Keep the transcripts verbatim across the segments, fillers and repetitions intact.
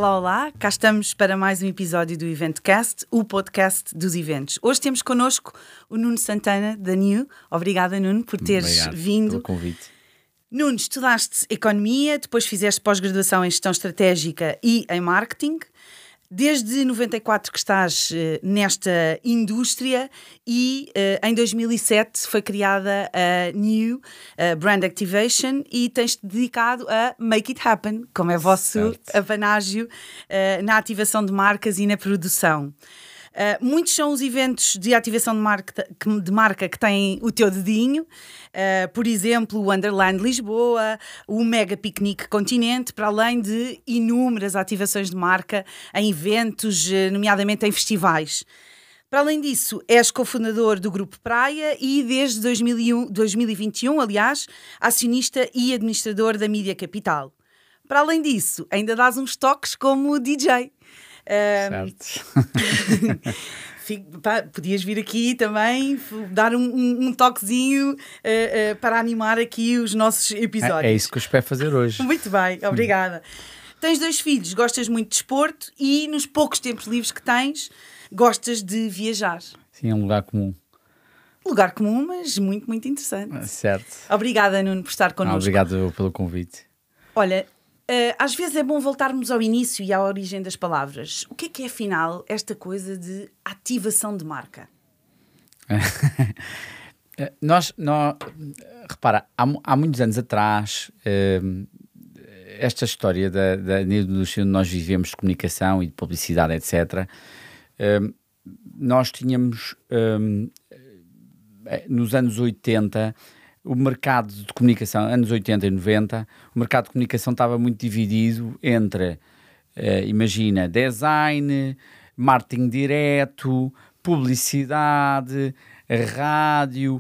Olá, olá, cá estamos para mais um episódio do EventCast, o podcast dos eventos. Hoje temos connosco o Nuno Santana, da New. Obrigada, Nuno, por teres Obrigado vindo. pelo convite. Nuno, estudaste Economia, depois fizeste pós-graduação em Gestão Estratégica e em Marketing. Desde noventa e quatro que estás uh, nesta indústria e uh, em dois mil e sete foi criada a New uh, Brand Activation e tens-te dedicado a Make It Happen, como é vosso Certo. apanágio uh, na ativação de marcas e na produção. Uh, muitos são os eventos de ativação de marca, de marca que têm o teu dedinho, uh, por exemplo, o Wonderland Lisboa, o Mega Piquenique Continente, para além de inúmeras ativações de marca em eventos, uh, nomeadamente em festivais. Para além disso, és cofundador do Grupo Praia e desde dois mil e um, dois mil e vinte e um, aliás, acionista e administrador da Mídia Capital. Para além disso, ainda dás uns toques como D J. Uh, Certo. Fico, pá, podias vir aqui também dar um, um, um toquezinho uh, uh, para animar aqui os nossos episódios. É, é isso que eu espero fazer hoje. Muito bem, obrigada. Tens dois filhos, gostas muito de desporto e nos poucos tempos livres que tens, gostas de viajar. Sim, é um lugar comum. Lugar comum, mas muito, muito interessante. Certo. Obrigada, Nuno, por estar connosco. Ah, obrigado pelo convite. Olha, Uh, às vezes é bom voltarmos ao início e à origem das palavras. O que é que é, afinal, esta coisa de ativação de marca? nós, nós, repara, há, há muitos anos atrás, uh, esta história da, da indústria onde nós vivemos de comunicação e de publicidade, etcétera, uh, nós tínhamos, um, nos anos oitenta, o mercado de comunicação, anos oitenta e noventa, o mercado de comunicação estava muito dividido entre, uh, imagina, design, marketing direto, publicidade, rádio.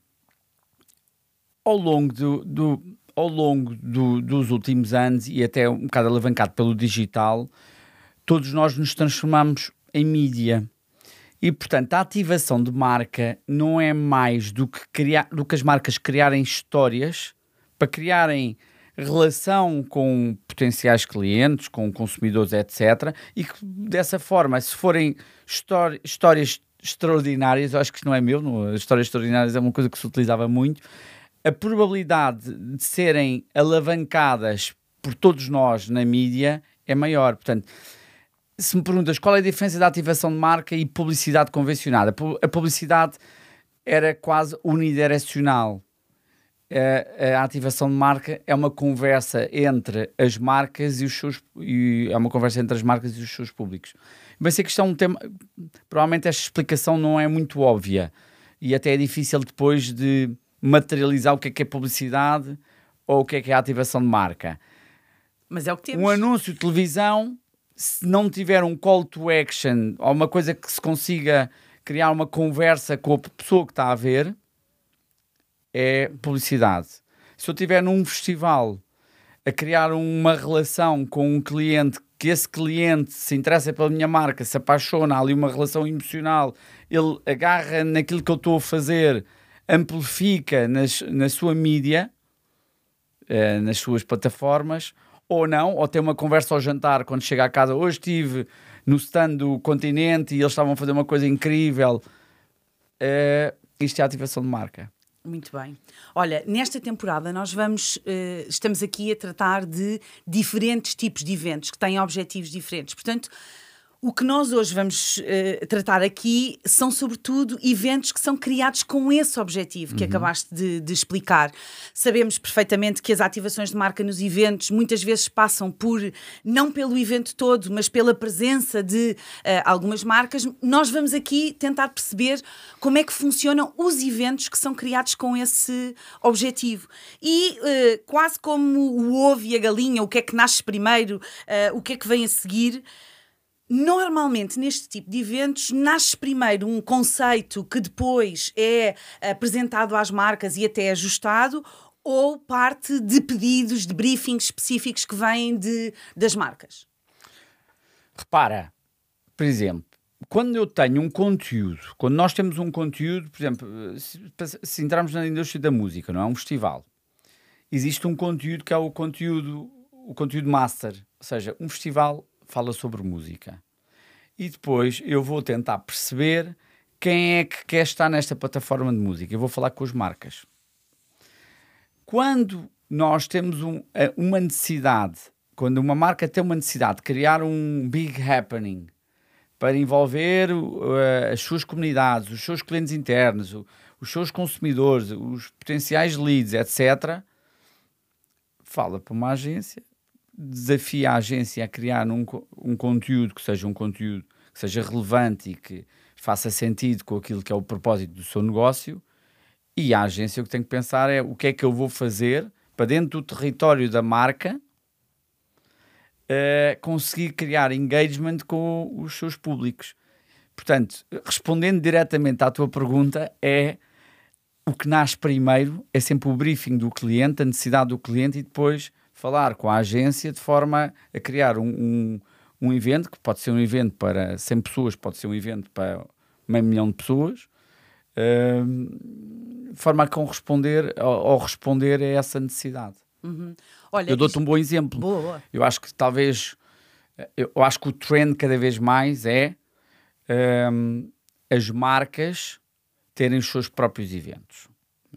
Ao longo, do, do, ao longo do, dos últimos anos, e até um bocado alavancado pelo digital, todos nós nos transformamos em mídia. E, portanto, a ativação de marca não é mais do que, criar, do que as marcas criarem histórias para criarem relação com potenciais clientes, com consumidores, etcétera. E que, dessa forma, se forem históri- histórias extraordinárias, eu acho que isto não é meu, não, histórias extraordinárias é uma coisa que se utilizava muito, a probabilidade de serem alavancadas por todos nós na mídia é maior. Portanto, se me perguntas qual é a diferença da ativação de marca e publicidade convencionada, a publicidade era quase unidirecional. A, a ativação de marca é uma conversa entre as marcas e os seus e é uma conversa entre as marcas e os seus públicos. Bem, sei que isto é um tema, provavelmente esta explicação não é muito óbvia e até é difícil depois de materializar o que é que é publicidade ou o que é que é a ativação de marca. Mas é o que temos. Um anúncio de televisão, se não tiver um call to action ou uma coisa que se consiga criar uma conversa com a pessoa que está a ver, é publicidade. Se eu estiver num festival a criar uma relação com um cliente, que esse cliente se interessa pela minha marca, se apaixona, há ali uma relação emocional, ele agarra naquilo que eu estou a fazer, amplifica nas, na sua mídia, eh, nas suas plataformas, ou não, ou tem uma conversa ao jantar quando chega a casa. Hoje estive no stand do Continente e eles estavam a fazer uma coisa incrível. Uh, isto é ativação de marca. Muito bem. Olha, nesta temporada nós vamos, uh, estamos aqui a tratar de diferentes tipos de eventos que têm objetivos diferentes. Portanto, o que nós hoje vamos uh, tratar aqui são, sobretudo, eventos que são criados com esse objetivo que uhum. acabaste de, de explicar. Sabemos perfeitamente que as ativações de marca nos eventos muitas vezes passam por, não pelo evento todo, mas pela presença de uh, algumas marcas. Nós vamos aqui tentar perceber como é que funcionam os eventos que são criados com esse objetivo. E uh, quase como o ovo e a galinha, o que é que nasce primeiro, uh, o que é que vem a seguir. Normalmente, neste tipo de eventos, nasce primeiro um conceito que depois é apresentado às marcas e até ajustado, ou parte de pedidos, de briefings específicos que vêm de, das marcas? Repara, por exemplo, quando eu tenho um conteúdo, quando nós temos um conteúdo, por exemplo, se, se entrarmos na indústria da música, não é? Um festival, existe um conteúdo que é o conteúdo, o conteúdo master, ou seja, um festival fala sobre música. E depois eu vou tentar perceber quem é que quer estar nesta plataforma de música. Eu vou falar com as marcas. Quando nós temos um, uma necessidade, quando uma marca tem uma necessidade de criar um big happening para envolver uh, as suas comunidades, os seus clientes internos, o, os seus consumidores, os potenciais leads, etcétera, fala para uma agência, desafia a agência a criar um, um conteúdo que seja um conteúdo que seja relevante e que faça sentido com aquilo que é o propósito do seu negócio, e a agência o que tem que pensar é o que é que eu vou fazer para dentro do território da marca uh, conseguir criar engagement com os seus públicos. Portanto, respondendo diretamente à tua pergunta, é o que nasce primeiro, é sempre o briefing do cliente, a necessidade do cliente, e depois falar com a agência de forma a criar um, um, um evento, que pode ser um evento para cem pessoas, pode ser um evento para meio milhão de pessoas, uh, de forma a corresponder, ou, ou responder a essa necessidade. Uhum. Olha, eu dou-te um bom exemplo. Boa, boa. Eu acho que talvez, eu acho que o trend cada vez mais é um, as marcas terem os seus próprios eventos.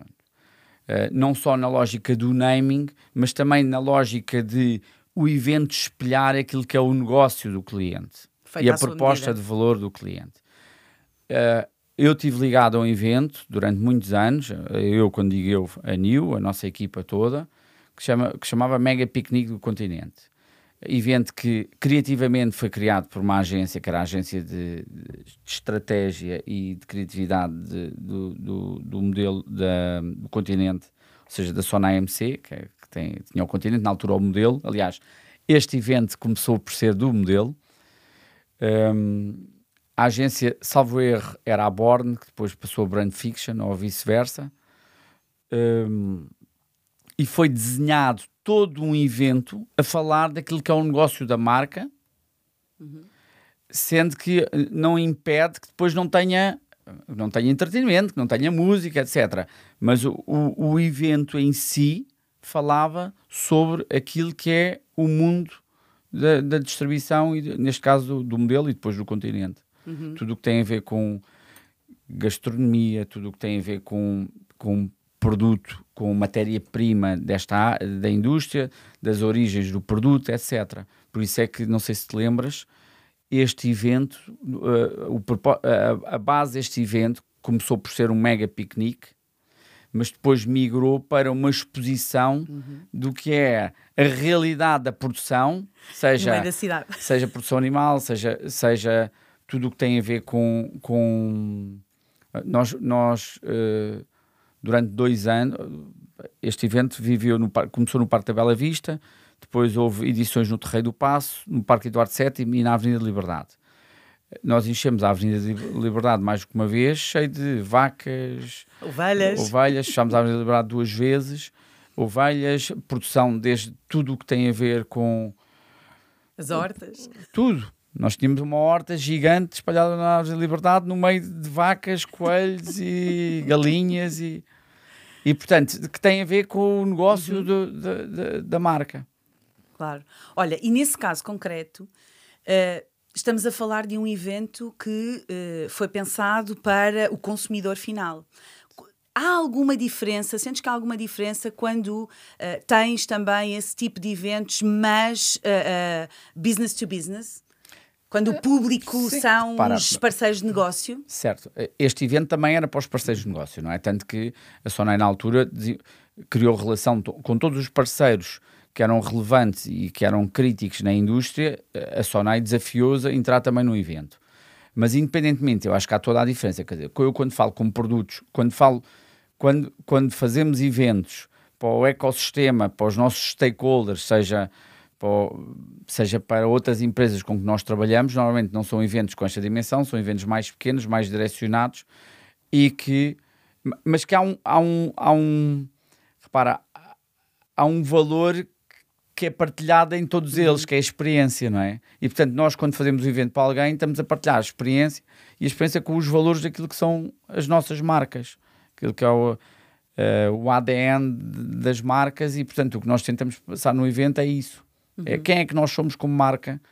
Uh, não só na lógica do naming, mas também na lógica de o evento espelhar aquilo que é o negócio do cliente. Feita e a proposta de valor do cliente. Uh, eu estive ligado a um evento durante muitos anos, eu, quando digo eu, a New, a nossa equipa toda, que, chama, que chamava Mega Piquenique do Continente. Evento que criativamente foi criado por uma agência, que era a agência de, de estratégia e de criatividade de, do, do, do modelo da, do Continente, ou seja, da Sona A M C, que, é, que tem, tinha o Continente, na altura o modelo. Aliás, este evento começou por ser do modelo. Um, a agência, salvo erro, era a Born, que depois passou a Brand Fiction, ou vice-versa. Um, e foi desenhado todo um evento a falar daquilo que é o negócio da marca, uhum. Sendo que não impede que depois não tenha, não tenha entretenimento, que não tenha música, etcétera. Mas o, o, o evento em si falava sobre aquilo que é o mundo da, da distribuição, e neste caso do, do modelo e depois do Continente. Uhum. Tudo o que tem a ver com gastronomia, tudo o que tem a ver com... com produto, com matéria-prima desta, da indústria, das origens do produto, etcétera. Por isso é que, não sei se te lembras, este evento, uh, o, a, a base deste evento começou por ser um mega piquenique, mas depois migrou para uma exposição uhum. do que é a realidade da produção, seja, no meio da cidade. Seja produção animal, seja, seja tudo o que tem a ver com... com nós... nós uh, durante dois anos, este evento viveu no, começou no Parque da Bela Vista, depois houve edições no Terreiro do Paço, no Parque Eduardo sétimo e na Avenida Liberdade. Nós enchemos a Avenida Liberdade mais do que uma vez, cheio de vacas, ovelhas, ovelhas. Fechámos a Avenida Liberdade duas vezes, ovelhas, produção desde tudo o que tem a ver com... as hortas. Tudo. Nós tínhamos uma horta gigante espalhada na Avenida Liberdade, no meio de vacas, coelhos e galinhas, e, e portanto, que tem a ver com o negócio uhum. do, da, da, da marca. Claro. Olha, e nesse caso concreto, uh, estamos a falar de um evento que uh, foi pensado para o consumidor final. Há alguma diferença, sentes que há alguma diferença quando uh, tens também esse tipo de eventos, mas uh, uh, business to business? Quando o público Sim. são para, os parceiros de negócio? Certo. Este evento também era para os parceiros de negócio, não é? Tanto que a Sonai, na altura, criou relação com todos os parceiros que eram relevantes e que eram críticos na indústria. A Sonai desafiou-os a entrar também no evento. Mas, independentemente, eu acho que há toda a diferença. Quer dizer, eu, quando falo com produtos, quando, falo, quando, quando fazemos eventos para o ecossistema, para os nossos stakeholders, seja... Para, seja para outras empresas com que nós trabalhamos, normalmente não são eventos com esta dimensão, são eventos mais pequenos, mais direcionados, e que, mas que há um, há um, há um repara, há um valor que é partilhado em todos eles, que é a experiência, não é? E portanto nós, quando fazemos um evento para alguém, estamos a partilhar a experiência, e a experiência com os valores daquilo que são as nossas marcas, aquilo que é o, uh, o A D N das marcas, e portanto o que nós tentamos passar no evento é isso. Uhum. É, quem é que nós somos como marca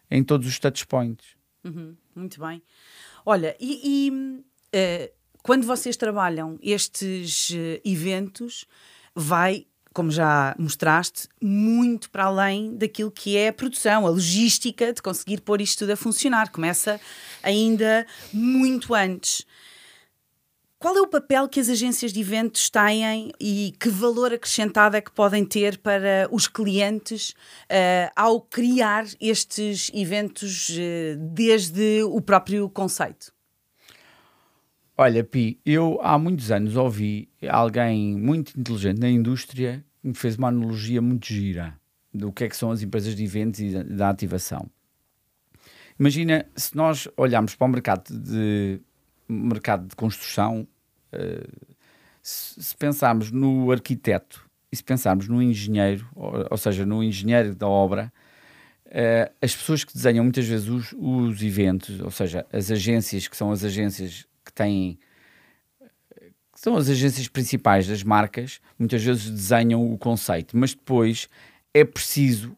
em todos os touchpoints. Uhum, muito bem. Olha, e, e uh, quando vocês trabalham estes uh, eventos, vai, como já mostraste, muito para além daquilo que é a produção, a logística de conseguir pôr isto tudo a funcionar. Começa ainda muito antes. Qual é o papel que as agências de eventos têm e que valor acrescentado é que podem ter para os clientes uh, ao criar estes eventos uh, desde o próprio conceito? Olha, Pi, eu há muitos anos ouvi alguém muito inteligente na indústria que me fez uma analogia muito gira do que é que são as empresas de eventos e da, da ativação. Imagina, se nós olharmos para o mercado de mercado de construção, uh, se, se pensarmos no arquiteto e se pensarmos no engenheiro, ou, ou seja, no engenheiro da obra, uh, as pessoas que desenham muitas vezes os, os eventos, ou seja, as agências que são as agências que têm, que são as agências principais das marcas, muitas vezes desenham o conceito, mas depois é preciso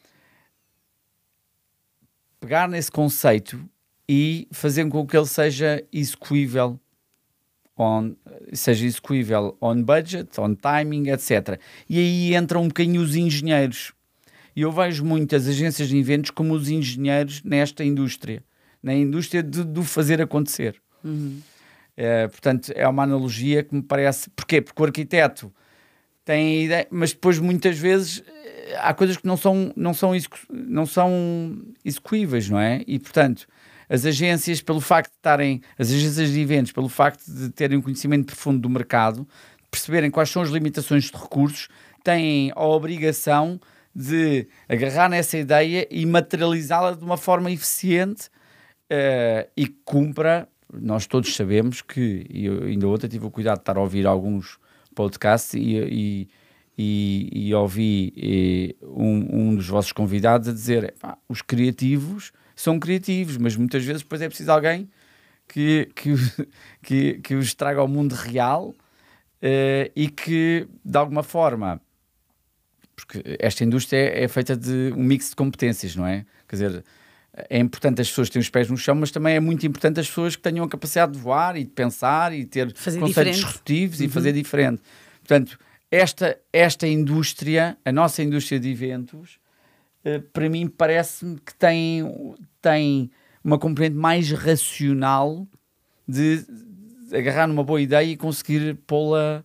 pegar nesse conceito e fazer com que ele seja execuível, on, seja execuível on budget, on timing, etcétera. E aí entram um bocadinho os engenheiros. E eu vejo muitas agências de eventos como os engenheiros nesta indústria, na indústria de, de fazer acontecer. Uhum. É, portanto, é uma analogia que me parece... Porquê? Porque o arquiteto tem ideia, mas depois muitas vezes há coisas que não são, não são, execu, não são execuíveis, não é? E, portanto... As agências, pelo facto de estarem, as agências de eventos, pelo facto de terem um conhecimento profundo do mercado, perceberem quais são as limitações de recursos, têm a obrigação de agarrar nessa ideia e materializá-la de uma forma eficiente uh, e que cumpra. Nós todos sabemos que, e eu ainda ontem tive o cuidado de estar a ouvir alguns podcasts e, e, e, e ouvi e, um, um dos vossos convidados a dizer, pá, os criativos são criativos, mas muitas vezes depois é preciso alguém que, que, que, que os traga ao mundo real uh, e que, de alguma forma, porque esta indústria é, é feita de um mix de competências, não é? Quer dizer, é importante as pessoas terem os pés no chão, mas também é muito importante as pessoas que tenham a capacidade de voar e de pensar e ter fazer conceitos diferente. disruptivos, uhum, e fazer diferente. Portanto, esta, esta indústria, a nossa indústria de eventos, para mim parece-me que tem, tem uma componente mais racional de agarrar numa boa ideia e conseguir pô-la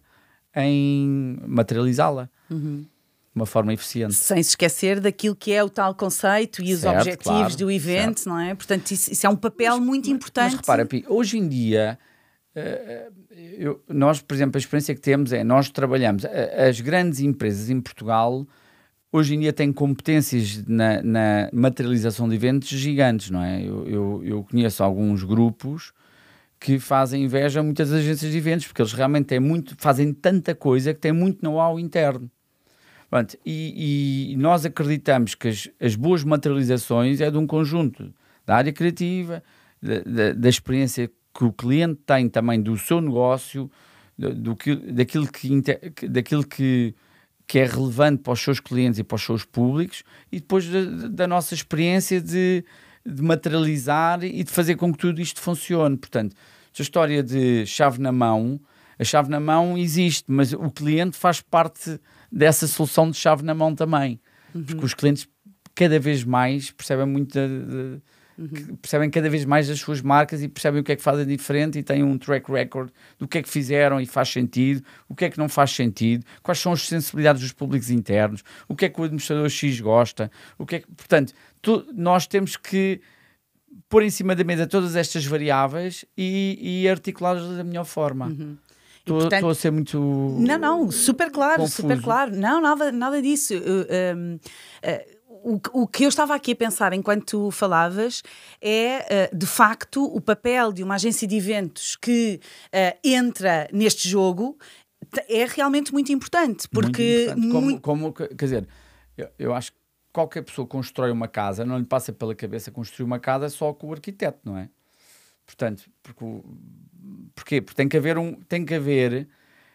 em materializá-la, uhum, de uma forma eficiente. Sem se esquecer daquilo que é o tal conceito e os certo, objetivos claro, do evento, certo, não é? Portanto, isso, isso é um papel mas, muito mas, importante. Mas repara, Pi, hoje em dia, uh, eu, nós, por exemplo, a experiência que temos é, nós trabalhamos, as grandes empresas em Portugal hoje em dia têm competências na, na materialização de eventos gigantes, não é? Eu, eu, eu conheço alguns grupos que fazem inveja a muitas agências de eventos, porque eles realmente têm muito, fazem tanta coisa que têm muito know-how interno. Pronto, e, e nós acreditamos que as, as boas materializações é de um conjunto da área criativa, da, da, da experiência que o cliente tem também do seu negócio, do, do que, daquilo que... Daquilo que que é relevante para os seus clientes e para os seus públicos, e depois da, da nossa experiência de, de materializar e de fazer com que tudo isto funcione. Portanto, essa história de chave na mão, a chave na mão existe, mas o cliente faz parte dessa solução de chave na mão também, uhum, porque os clientes cada vez mais percebem muito de, de, uhum, percebem cada vez mais as suas marcas e percebem o que é que fazem diferente e têm um track record do que é que fizeram e faz sentido, o que é que não faz sentido, quais são as sensibilidades dos públicos internos, o que é que o administrador X gosta, o que é que... Portanto, tu, nós temos que pôr em cima da mesa todas estas variáveis e, e articulá-las da melhor forma. Uhum. Estou a ser muito... Não, não, super claro, confuso. super claro. Não, nada, nada disso. Uh, um, uh, O, o que eu estava aqui a pensar enquanto tu falavas é, uh, de facto, o papel de uma agência de eventos que uh, entra neste jogo é realmente muito importante. Porque muito importante. Como, como, quer dizer, eu, eu acho que qualquer pessoa que constrói uma casa, não lhe passa pela cabeça construir uma casa só com o arquiteto, não é? Portanto, porque, porquê? Porque tem que haver um, tem que haver,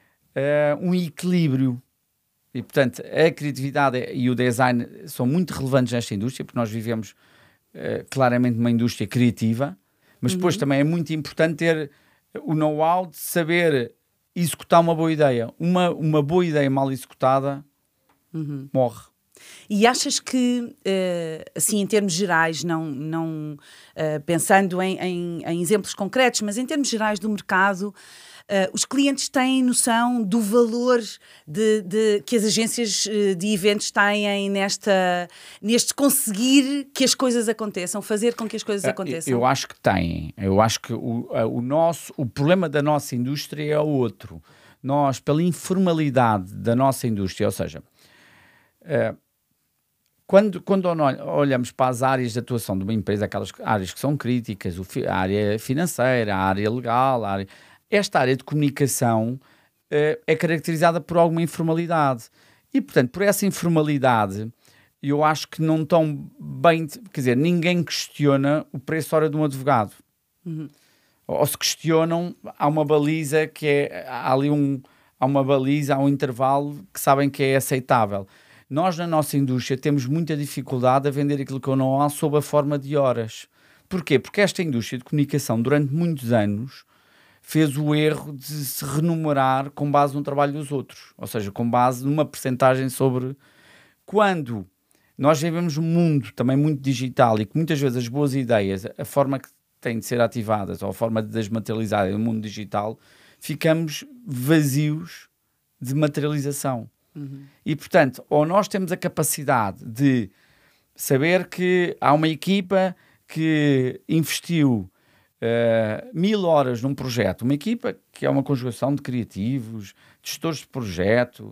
uh, um equilíbrio. E, portanto, a criatividade e o design são muito relevantes nesta indústria, porque nós vivemos uh, claramente uma indústria criativa, mas depois uhum. também é muito importante ter o know-how de saber executar uma boa ideia. Uma, uma boa ideia mal executada uhum. morre. E achas que, assim, em termos gerais, não, não pensando em, em, em exemplos concretos, mas em termos gerais do mercado, os clientes têm noção do valor de, de, que as agências de eventos têm nesta, neste conseguir que as coisas aconteçam, fazer com que as coisas aconteçam? Eu acho que têm. Eu acho que o, o, nosso, o problema da nossa indústria é outro. Nós, pela informalidade da nossa indústria, ou seja... Uh, Quando, quando olhamos para as áreas de atuação de uma empresa, aquelas áreas que são críticas, a área financeira, a área legal, a área... esta área de comunicação uh, é caracterizada por alguma informalidade. E, portanto, por essa informalidade, eu acho que não estão bem... Quer dizer, ninguém questiona o preço hora de um advogado. Uhum. Ou, ou se questionam, há uma baliza que é... Há ali um... Há uma baliza, há um intervalo que sabem que é aceitável. Nós, na nossa indústria, temos muita dificuldade a vender aquilo que não há sob a forma de horas. Porquê? Porque esta indústria de comunicação, durante muitos anos, fez o erro de se remunerar com base no trabalho dos outros. Ou seja, com base numa percentagem sobre... Quando nós vivemos um mundo também muito digital e que muitas vezes as boas ideias, a forma que têm de ser ativadas ou a forma de as materializar no mundo digital, ficamos vazios de materialização. Uhum. E, portanto, ou nós temos a capacidade de saber que há uma equipa que investiu uh, mil horas num projeto, uma equipa que é uma conjugação de criativos, de gestores de projeto,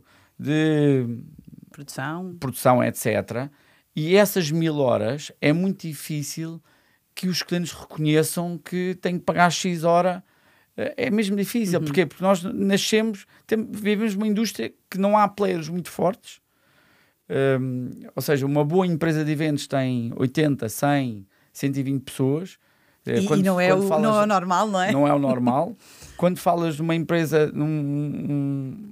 de produção, produção etcétera. E essas mil horas é muito difícil que os clientes reconheçam que têm que pagar X hora. É mesmo difícil. Uhum. Porquê? Porque nós nascemos, temos, vivemos numa indústria que não há players muito fortes. Um, ou seja, uma boa empresa de eventos tem oitenta, cem, cento e vinte pessoas. E, quando, e não, é o, falas, não é o normal, não é? Não é o normal. Quando falas de uma empresa, num, um,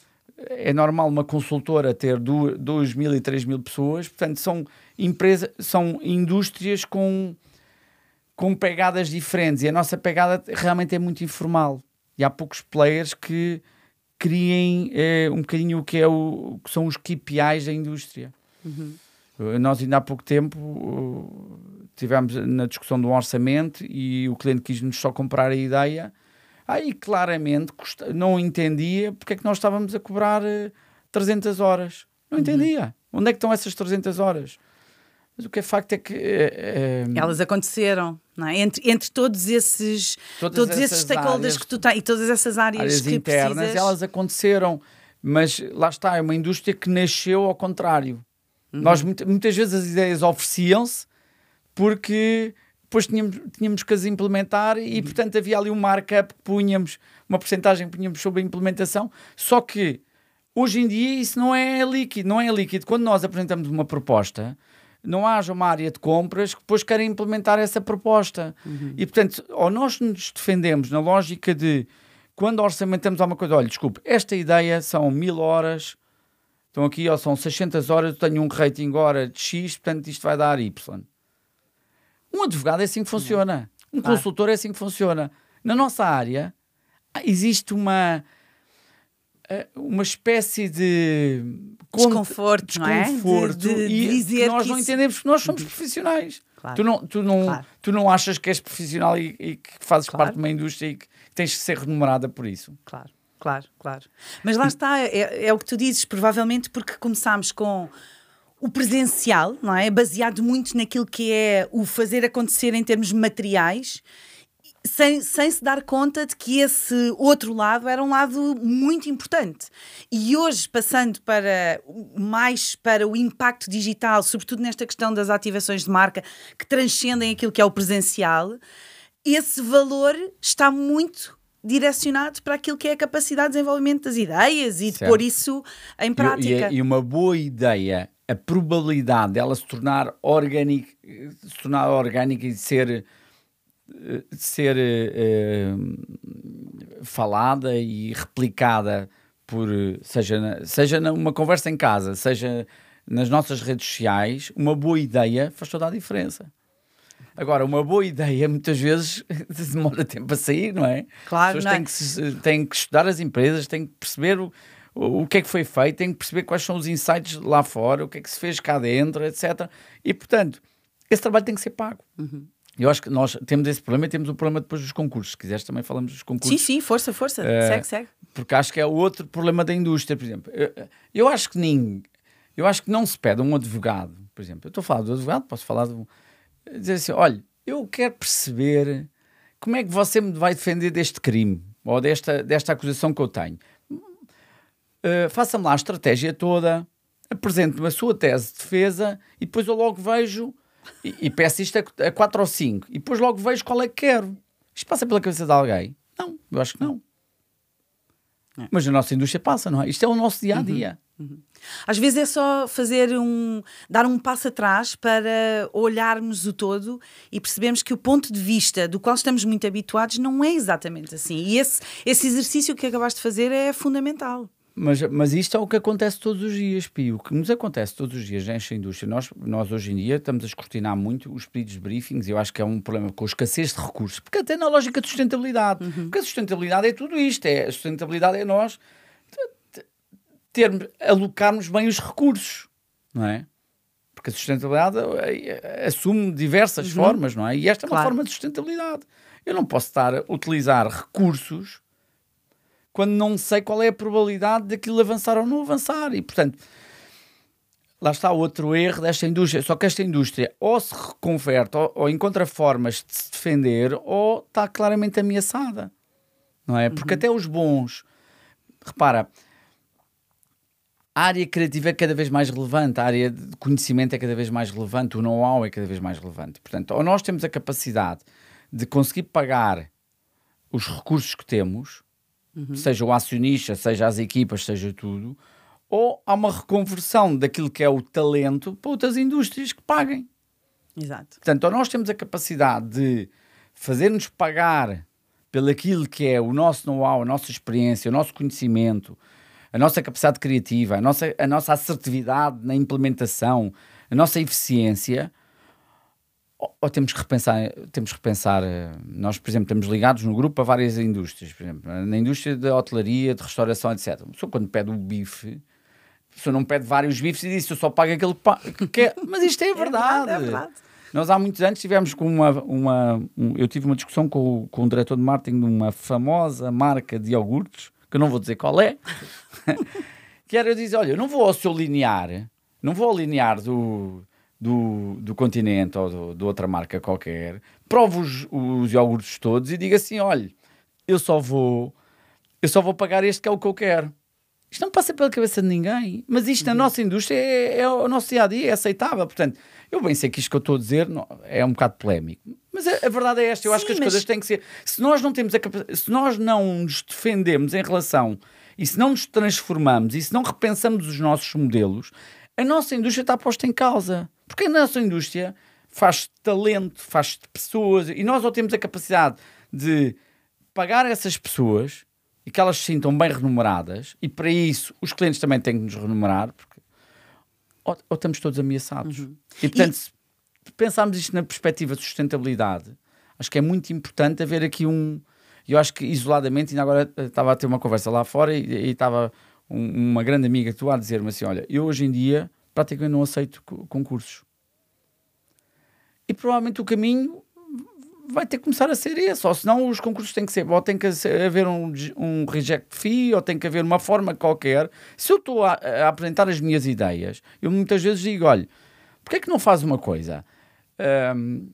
é normal uma consultora ter dois mil e três mil pessoas. Portanto, são, empresa, são indústrias com... com pegadas diferentes, e a nossa pegada realmente é muito informal. E há poucos players que criem eh, um bocadinho o que, é o, o que são os K P Is da indústria. Uhum. Nós ainda há pouco tempo uh, tivemos na discussão do orçamento e o cliente quis-nos só comprar a ideia. Aí claramente custa, não entendia porque é que nós estávamos a cobrar uh, trezentas horas. Não entendia. Uhum. Onde é que estão essas trezentas horas? Mas o que é facto é que... É, é... Elas aconteceram, não é? Entre, entre todos esses, todos esses stakeholders áreas, que tu tens e todas essas áreas, áreas que internas, precisas... elas aconteceram. Mas lá está, é uma indústria que nasceu ao contrário. Uhum. Nós muitas vezes as ideias ofereciam-se porque depois tínhamos, tínhamos que as implementar e, uhum. portanto, havia ali um markup que punhamos, uma porcentagem que punhamos sobre a implementação. Só que, hoje em dia, isso não é líquido. Não é líquido. Quando nós apresentamos uma proposta... não haja uma área de compras que depois querem implementar essa proposta. Uhum. E, portanto, ou nós nos defendemos na lógica de, quando orçamentamos alguma coisa, olha, desculpe, esta ideia são mil horas, estão aqui, ou são seiscentas horas, eu tenho um rating hora de X, portanto, isto vai dar Y. Um advogado é assim que funciona. Um claro. Consultor é assim que funciona. Na nossa área, existe uma... uma espécie de desconforto, desconforto não é? De, de, e de dizer que nós que não isso... entendemos porque nós somos profissionais. Claro. Tu, não, tu, não, claro. tu não achas que és profissional e, e que fazes claro. parte de uma indústria e que tens que ser remunerada por isso. Claro, claro, claro. Mas lá está, é, é o que tu dizes, provavelmente porque começámos com o presencial, não é? Baseado muito naquilo que é o fazer acontecer em termos materiais, Sem, sem se dar conta de que esse outro lado era um lado muito importante. E hoje, passando para mais para o impacto digital, sobretudo nesta questão das ativações de marca, que transcendem aquilo que é o presencial, esse valor está muito direcionado para aquilo que é a capacidade de desenvolvimento das ideias e de certo. Pôr isso em prática. E, e, e uma boa ideia, a probabilidade dela se tornar orgânica, se tornar orgânica e ser... de ser uh, falada e replicada por, seja, na, seja numa conversa em casa, seja nas nossas redes sociais, uma boa ideia faz toda a diferença. Agora, uma boa ideia, muitas vezes, demora tempo a sair, não é? Claro, As pessoas não é? têm que, se- têm que estudar as empresas, têm que perceber o, o que é que foi feito, têm que perceber quais são os insights lá fora, o que é que se fez cá dentro, etcétera. E, portanto, esse trabalho tem que ser pago. Uhum. Eu acho que nós temos esse problema e temos o problema depois dos concursos. Se quiseres, também falamos dos concursos. Sim, sim, força, força. Eh, segue, segue. Porque acho que é outro problema da indústria, por exemplo. Eu, eu acho que nem, eu acho que não se pede a um advogado, por exemplo. Eu estou a falar do advogado, posso falar de um, dizer assim, olha, eu quero perceber como é que você me vai defender deste crime ou desta, desta acusação que eu tenho. Uh, faça-me lá a estratégia toda, apresente-me a sua tese de defesa e depois eu logo vejo e, e peço isto a, a quatro ou cinco e depois logo vejo qual é que quero. Isto passa pela cabeça de alguém? Não, eu acho que não. É. Mas a nossa indústria passa, não é? Isto é o nosso dia-a-dia. Uhum. Uhum. Às vezes é só fazer um, dar um passo atrás para olharmos o todo e percebermos que o ponto de vista do qual estamos muito habituados não é exatamente assim. E esse, esse exercício que acabaste de fazer é fundamental. Mas, mas isto é o que acontece todos os dias, Pio. O que nos acontece todos os dias nesta indústria, nós, nós hoje em dia estamos a escrutinar muito os pedidos de briefings. Eu acho que é um problema com a escassez de recursos, porque até na lógica de sustentabilidade. Uhum. Porque a sustentabilidade é tudo isto. É, a sustentabilidade é nós termos, alocarmos bem os recursos, não é? Porque a sustentabilidade assume diversas uhum. formas, não é? E esta é uma claro. forma de sustentabilidade. Eu não posso estar a utilizar recursos quando não sei qual é a probabilidade daquilo avançar ou não avançar. E, portanto, lá está outro erro desta indústria. Só que esta indústria ou se reconverte ou, ou encontra formas de se defender ou está claramente ameaçada. Não é? Porque uhum. até os bons... Repara, a área criativa é cada vez mais relevante, a área de conhecimento é cada vez mais relevante, o know-how é cada vez mais relevante. Portanto, ou nós temos a capacidade de conseguir pagar os recursos que temos... Uhum. Seja o acionista, seja as equipas, seja tudo, ou há uma reconversão daquilo que é o talento para outras indústrias que paguem. Exato. Portanto, ou nós temos a capacidade de fazer-nos pagar pelo aquilo que é o nosso know-how, a nossa experiência, o nosso conhecimento, a nossa capacidade criativa, a nossa, a nossa assertividade na implementação, a nossa eficiência, ou, ou temos que repensar, temos que repensar, nós, por exemplo, estamos ligados no grupo a várias indústrias, por exemplo, na indústria da hotelaria, de restauração, etcétera. A pessoa quando pede o bife, a pessoa não pede vários bifes e diz, eu só pago aquele que quer. Mas isto é verdade. É verdade, é verdade. Nós há muitos anos tivemos com uma... uma um, eu tive uma discussão com, com o diretor de marketing de uma famosa marca de iogurtes, que eu não vou dizer qual é, que era eu dizer, olha, eu não vou ao seu linear, não vou ao linear do... Do, do Continente ou do, de outra marca qualquer, provo os, os iogurtes todos e digo assim, olha, eu só vou eu só vou pagar este que é o que eu quero. Isto não passa pela cabeça de ninguém, mas isto uhum. na nossa indústria é, é o nosso dia-a-dia, é aceitável. Portanto, eu bem sei que isto que eu estou a dizer não, é um bocado polémico, mas a, a verdade é esta, eu Sim, acho que as mas... coisas têm que ser, se nós não temos a capacidade, se nós não nos defendemos em relação, e se não nos transformamos, e se não repensamos os nossos modelos, a nossa indústria está posta em causa. Porque a nossa indústria faz talento, faz pessoas, e nós ou temos a capacidade de pagar essas pessoas e que elas se sintam bem remuneradas, e para isso os clientes também têm que nos remunerar, porque, ou, ou estamos todos ameaçados. Uhum. E, portanto, e... se pensarmos isto na perspectiva de sustentabilidade, acho que é muito importante haver aqui um... Eu acho que isoladamente, ainda agora estava a ter uma conversa lá fora e, e estava um, uma grande amiga tua a dizer-me assim, olha, eu hoje em dia praticamente não aceito concursos. E provavelmente o caminho vai ter que começar a ser esse, ou senão os concursos têm que ser, ou tem que haver um, um reject fee, ou tem que haver uma forma qualquer. Se eu estou a, a apresentar as minhas ideias, eu muitas vezes digo, olha, porquê é que não faz uma coisa? Um,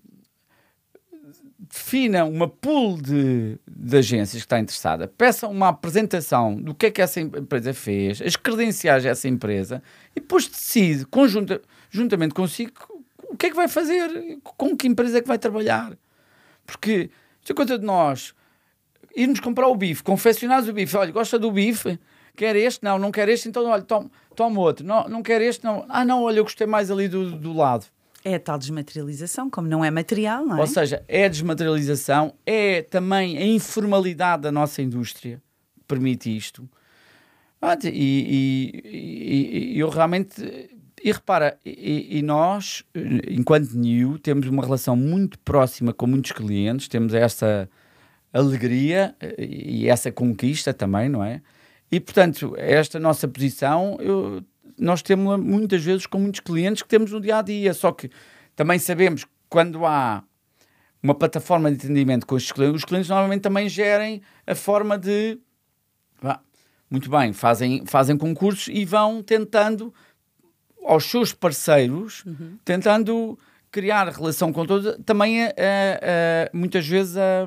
defina uma pool de, de agências que está interessada, peça uma apresentação do que é que essa empresa fez, as credenciais dessa empresa, e depois decide, conjunta, juntamente consigo, o que é que vai fazer, com que empresa é que vai trabalhar. Porque, se a coisa de nós irmos comprar o bife, confeccionares o bife, olha, gosta do bife, quer este? Não, não quer este, então olha, toma, toma outro, não, não quer este, não, ah não, olha, eu gostei mais ali do, do lado. É a tal desmaterialização, como não é material, não é? Ou seja, é a desmaterialização, é também a informalidade da nossa indústria que permite isto. E, e, e, e eu realmente e repara, e, e nós, enquanto New, temos uma relação muito próxima com muitos clientes, temos essa alegria e essa conquista também, não é? E, portanto, esta nossa posição, eu, nós temos muitas vezes com muitos clientes que temos no dia-a-dia, só que também sabemos que quando há uma plataforma de atendimento com estes clientes, os clientes normalmente também gerem a forma de... Ah, muito bem, fazem, fazem concursos e vão tentando... aos seus parceiros, uhum. tentando criar relação com todos, também a, a, a, muitas vezes a,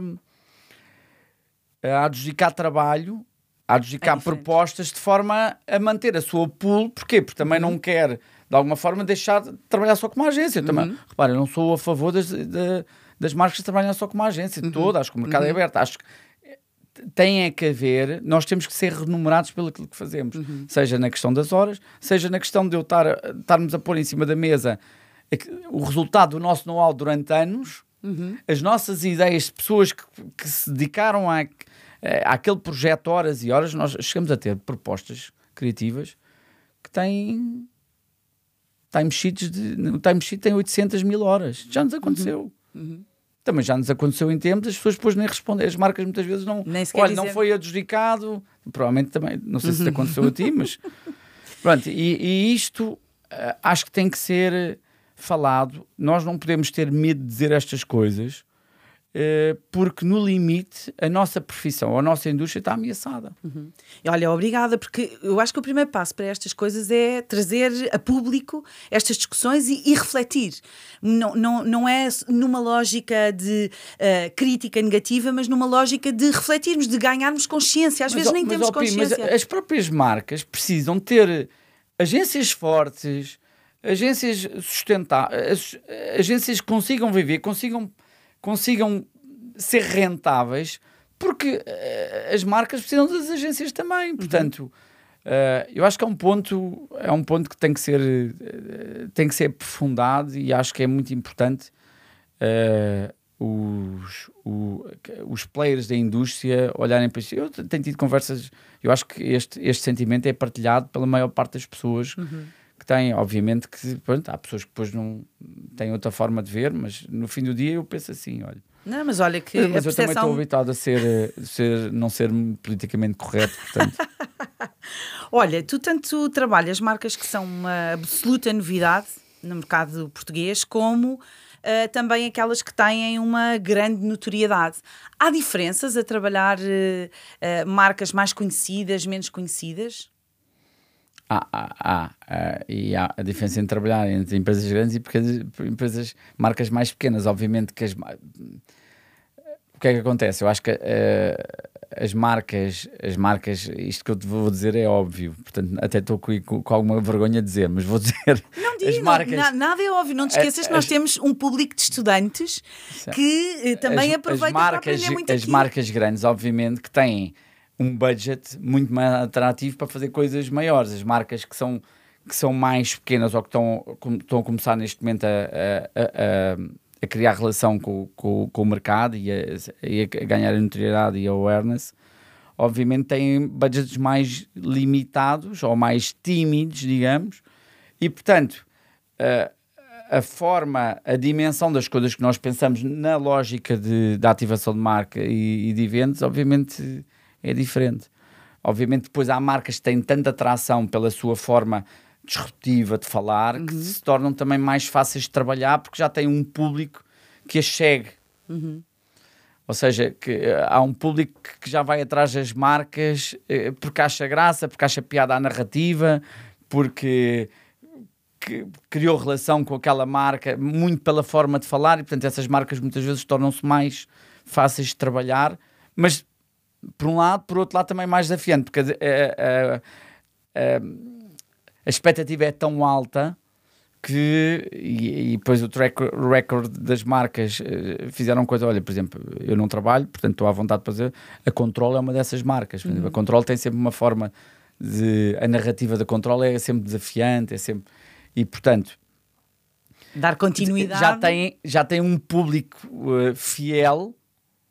a adjudicar trabalho, a adjudicar é propostas de forma a manter a sua pool. Porquê? Porque também uhum. não quer, de alguma forma, deixar de trabalhar só com uma agência. Uhum. Também, repara, eu não sou a favor das, de, das marcas que trabalham só com uma agência, uhum. toda, acho que o mercado uhum. é aberto, acho que tem é que haver, nós temos que ser remunerados pelo aquilo que fazemos, uhum. seja na questão das horas, seja na questão de eu estar, estarmos a pôr em cima da mesa o resultado do nosso know-how durante anos, uhum. as nossas ideias de pessoas que, que se dedicaram a, a, àquele projeto horas e horas. Nós chegamos a ter propostas criativas que têm timesheets de, o timesheet tem oitocentas mil horas, já nos aconteceu. Uhum. Uhum. Também já nos aconteceu em tempos, as pessoas depois nem respondem, as marcas muitas vezes não, olha, dizer... não foi adjudicado, provavelmente também, não sei se te aconteceu a ti, mas pronto, e, e isto uh, acho que tem que ser falado. Nós não podemos ter medo de dizer estas coisas, uh, porque no limite a nossa profissão, a nossa indústria está ameaçada. Uhum. E olha, obrigada, porque eu acho que o primeiro passo para estas coisas é trazer a público estas discussões e, e refletir. Não, não, não é numa lógica de uh, crítica negativa, mas numa lógica de refletirmos, de ganharmos consciência. Às mas, vezes nem mas, temos ó, consciência. Mas as próprias marcas precisam ter agências fortes, agências sustentáveis, agências que consigam viver, consigam, consigam ser rentáveis, porque uh, as marcas precisam das agências também. Portanto, uhum. Uh, eu acho que é um ponto, é um ponto que tem que ser, uh, tem que ser aprofundado, e acho que é muito importante uh, os, o, os players da indústria olharem para isso. Eu tenho tido conversas, eu acho que este, este sentimento é partilhado pela maior parte das pessoas uhum. que têm, obviamente que pronto, há pessoas que depois não têm outra forma de ver, mas no fim do dia eu penso assim, olha. Não, mas olha que mas, mas a eu percepção... também estou habituado a ser, ser, não ser politicamente correto, portanto... Olha, tu tanto trabalhas marcas que são uma absoluta novidade no mercado português, como uh, também aquelas que têm uma grande notoriedade. Há diferenças a trabalhar uh, uh, marcas mais conhecidas, menos conhecidas? Há, há, há, há, e há a diferença entre trabalhar entre empresas grandes e pequenas, empresas, marcas mais pequenas. Obviamente que as... O que é que acontece? Eu acho que... Uh, As marcas, as marcas, isto que eu te vou dizer é óbvio, portanto até estou com, com alguma vergonha de dizer, mas vou dizer. Não digo, as marcas, não, nada é óbvio, não te esqueças as, que nós temos um público de estudantes que eh, também as, aproveita as marcas, para aprender muito As aqui. marcas grandes, obviamente, que têm um budget muito mais atrativo para fazer coisas maiores. As marcas que são, que são mais pequenas ou que estão, estão a começar neste momento a, a, a, a criar relação com, com, com o mercado e a, e a ganhar a notoriedade e a awareness, obviamente têm budgets mais limitados ou mais tímidos, digamos, e portanto a, a forma, a dimensão das coisas que nós pensamos na lógica de, de ativação de marca e, e de eventos, obviamente é diferente. Obviamente depois há marcas que têm tanta atração pela sua forma disruptiva de falar, uhum. que se tornam também mais fáceis de trabalhar porque já têm um público que as segue. Uhum. Ou seja, que há um público que já vai atrás das marcas porque acha graça, porque acha piada à narrativa, porque que criou relação com aquela marca muito pela forma de falar, e portanto essas marcas muitas vezes tornam-se mais fáceis de trabalhar, mas por um lado, por outro lado também mais desafiante, porque a, a, a, a expectativa é tão alta que, e, e depois o track record das marcas uh, fizeram coisa, olha, por exemplo, eu não trabalho, portanto estou à vontade de fazer, a Control é uma dessas marcas, uhum. a Control tem sempre uma forma de, a narrativa da Control é sempre desafiante, é sempre, e portanto dar continuidade, já tem, já tem um público uh, fiel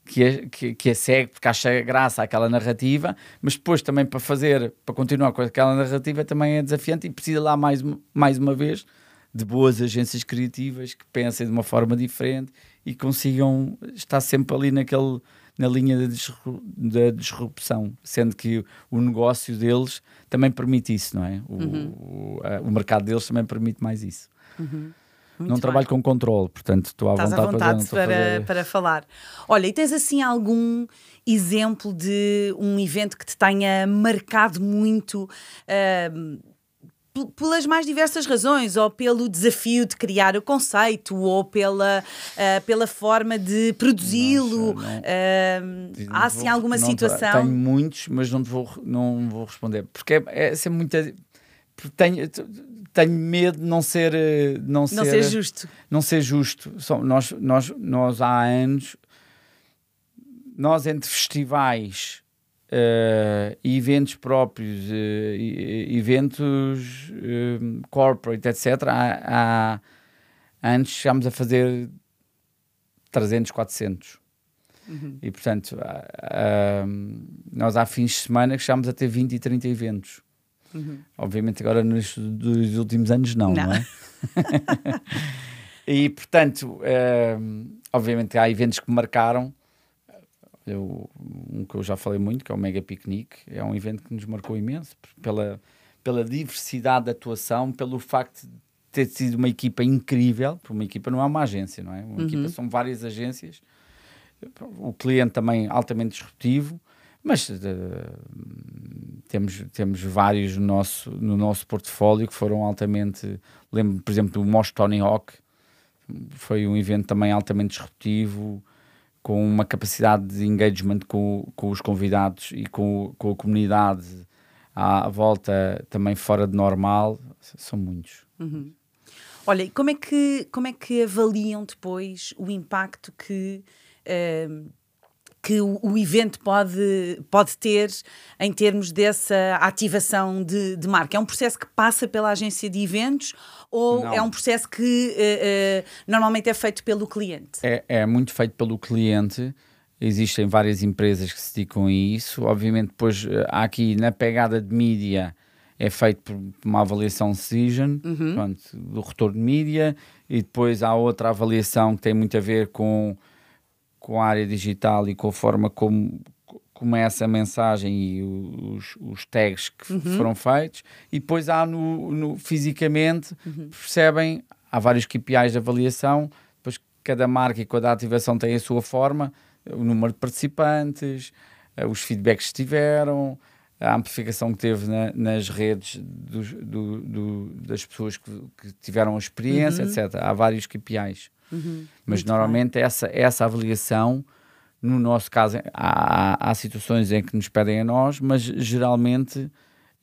que a, que, que a segue porque acha graça àquela narrativa, mas depois também para fazer, para continuar com aquela narrativa também é desafiante e precisa lá mais, mais uma vez de boas agências criativas que pensem de uma forma diferente e consigam estar sempre ali naquele, na linha da, disru- da disrupção, sendo que o negócio deles também permite isso, não é? O, Uhum. o, a, o mercado deles também permite mais isso. Uhum. Não Muito trabalho bem. com controle, portanto estou à Estás vontade, à vontade para, para, fazer... para falar. Olha, e tens assim algum exemplo de um evento que te tenha marcado muito uh, p- pelas mais diversas razões, ou pelo desafio de criar o conceito, ou pela, uh, pela forma de produzi-lo? Nossa, não- Uh, Não há te assim vou- alguma não te- situação? Tenho muitos, mas não te vou, não vou responder. Porque é, é sempre muita... porque Tenho, tenho medo de não ser... eh, Não, Não ser, ser justo. Não ser justo. Só- Nós, nós, nós há anos... Nós entre festivais eh, e eventos próprios, eh, e- e- eventos eh, corporate, etcétera, há, há anos chegámos a fazer trezentos, quatrocentos. Uhum. E, portanto, ah, ah, nós há fins de semana que chegámos a ter vinte e trinta eventos. Uhum. Obviamente agora nos dos últimos anos não, não, Não. é? E, portanto, ah, obviamente há eventos que me marcaram. Eu, um que eu já falei muito, que é o Mega Picnic. É um evento que nos marcou imenso pela, pela diversidade de atuação, pelo facto de ter sido uma equipa incrível. Porque uma equipa não é uma agência, não é? Uma Uhum. equipa são várias agências. O cliente também altamente disruptivo, mas uh, temos, temos vários no nosso, no nosso portfólio que foram altamente... Lembro, por exemplo, do Mosh Tony Hawk, foi um evento também altamente disruptivo, com uma capacidade de engagement com, com os convidados e com, com a comunidade à volta também fora de normal. São muitos. Uhum. Olha, e como é que, como é que avaliam depois o impacto que... Uh, que o, o evento pode, pode ter em termos dessa ativação de, de marca? É um processo que passa pela agência de eventos ou Não. é um processo que uh, uh, normalmente é feito pelo cliente? É, é muito feito pelo cliente. Existem várias empresas que se dedicam a isso. Obviamente depois há aqui na pegada de mídia é feito por uma avaliação Cision, Uhum. pronto, do retorno de mídia, e depois há outra avaliação que tem muito a ver com com a área digital e com a forma como, como é essa mensagem e os, os tags que Uhum. foram feitos, e depois há no, no fisicamente, Uhum. percebem, há vários K P Is de avaliação, depois cada marca e cada ativação tem a sua forma, o número de participantes, os feedbacks que tiveram, a amplificação que teve na, nas redes dos, do, do, das pessoas que, que tiveram a experiência, Uhum. etcétera. Há vários K P Is. Uhum. Mas Muito normalmente essa, essa avaliação, no nosso caso, há, há situações em que nos pedem a nós, mas geralmente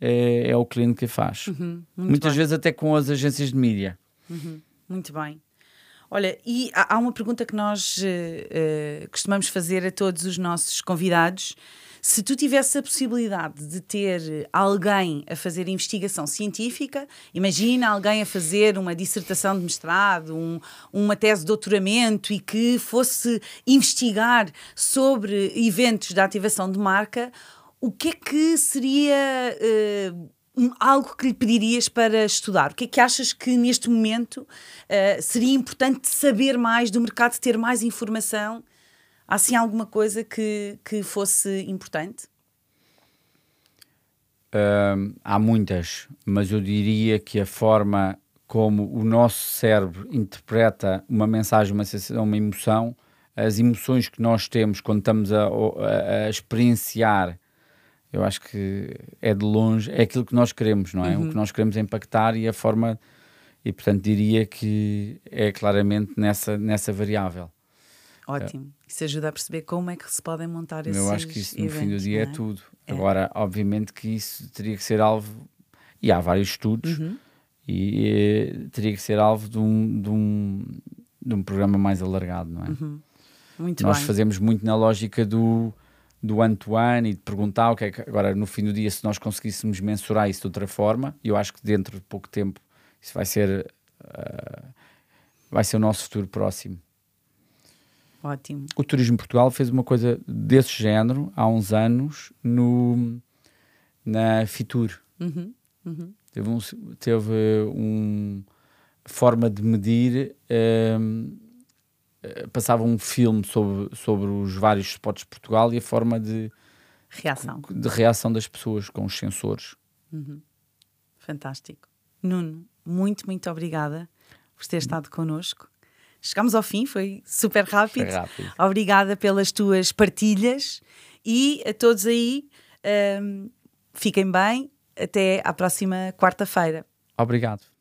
é, é o cliente que faz. Uhum. Muito Muitas bem. vezes até com as agências de mídia. Uhum. Muito bem. Olha, e há há uma pergunta que nós uh, uh, costumamos fazer a todos os nossos convidados. Se tu tivesse a possibilidade de ter alguém a fazer investigação científica, imagina alguém a fazer uma dissertação de mestrado, um, uma tese de doutoramento e que fosse investigar sobre eventos de ativação de marca, o que é que seria uh, um, algo que lhe pedirias para estudar? O que é que achas que neste momento uh, seria importante saber mais do mercado, ter mais informação? Há assim alguma coisa que, que fosse importante? Um, há muitas, mas eu diria que a forma como o nosso cérebro interpreta uma mensagem, uma sensação, uma emoção, as emoções que nós temos quando estamos a, a, a experienciar, eu acho que é de longe, é aquilo que nós queremos, não é? Uhum. O que nós queremos impactar e a forma, e portanto diria que é claramente nessa, nessa variável. Ótimo. Isso ajuda a perceber como é que se podem montar esses Eu acho que isso no eventos, fim do dia é, não é? tudo. É. Agora, obviamente que isso teria que ser alvo, e há vários estudos, Uhum. e eh, teria que ser alvo de um, de um, de um programa mais alargado, não é? Uhum. Muito Nós bem. fazemos muito na lógica do, do one-to-one e de perguntar o que é que, agora no fim do dia, se nós conseguíssemos mensurar isso de outra forma, e eu acho que dentro de pouco tempo isso vai ser, uh, vai ser o nosso futuro próximo. Ótimo. O Turismo Portugal fez uma coisa desse género há uns anos no, na Fitur. Uhum, uhum. Teve, um, teve um forma de medir, um, passava um filme sobre, sobre os vários spots de Portugal e a forma de reação, de reação das pessoas com os sensores. Uhum. Fantástico. Nuno, muito, muito obrigada por ter estado connosco. Chegámos ao fim, foi super rápido. Foi rápido. Obrigada pelas tuas partilhas e a todos aí, um, fiquem bem, até à próxima quarta-feira. Obrigado.